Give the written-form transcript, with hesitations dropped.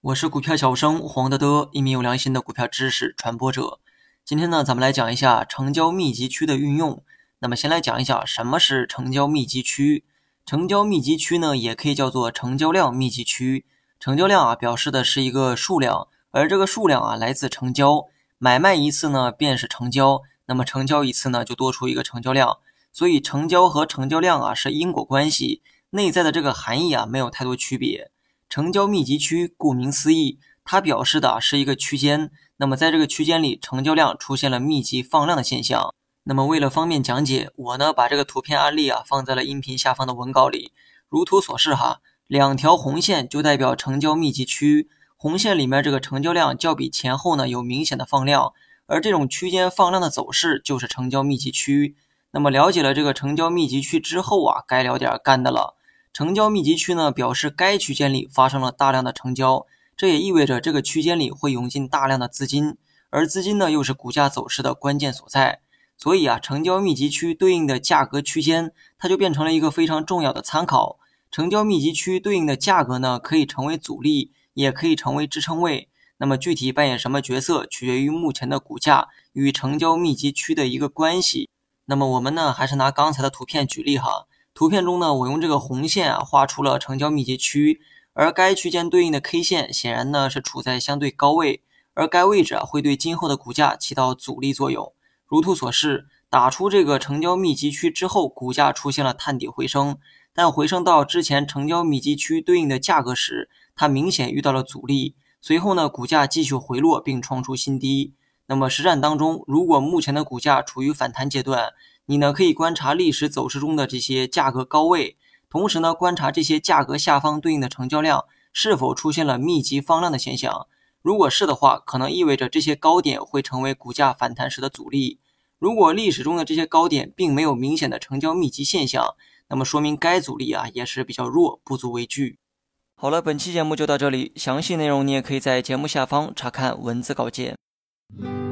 我是股票小生黄德德，一名有良心的股票知识传播者。今天呢，咱们来讲一下成交密集区的运用。那么先来讲一下什么是成交密集区。成交密集区呢，也可以叫做成交量密集区。成交量表示的是一个数量，而这个数量来自成交。买卖一次呢，便是成交，那么成交一次呢，就多出一个成交量。所以成交和成交量是因果关系，内在的这个含义没有太多区别。成交密集区顾名思义，它表示的是一个区间，那么在这个区间里成交量出现了密集放量的现象。那么为了方便讲解，我呢把这个图片案例放在了音频下方的文稿里。如图所示两条红线就代表成交密集区，红线里面这个成交量较比前后呢有明显的放量，而这种区间放量的走势就是成交密集区。那么了解了这个成交密集区之后该聊点干的了。成交密集区呢，表示该区间里发生了大量的成交，这也意味着这个区间里会涌进大量的资金，而资金呢又是股价走势的关键所在。所以成交密集区对应的价格区间，它就变成了一个非常重要的参考。成交密集区对应的价格呢，可以成为阻力，也可以成为支撑位。那么具体扮演什么角色，取决于目前的股价与成交密集区的一个关系。那么我们呢，还是拿刚才的图片举例图片中呢，我用这个红线画出了成交密集区，而该区间对应的 K 线显然呢是处在相对高位，而该位置会对今后的股价起到阻力作用。如图所示，打出这个成交密集区之后，股价出现了探底回升，但回升到之前成交密集区对应的价格时，它明显遇到了阻力，随后呢，股价继续回落并创出新低。那么实战当中，如果目前的股价处于反弹阶段，你呢可以观察历史走势中的这些价格高位，同时呢观察这些价格下方对应的成交量是否出现了密集放量的现象。如果是的话，可能意味着这些高点会成为股价反弹时的阻力。如果历史中的这些高点并没有明显的成交密集现象，那么说明该阻力也是比较弱，不足为惧。好了，本期节目就到这里，详细内容你也可以在节目下方查看文字稿件。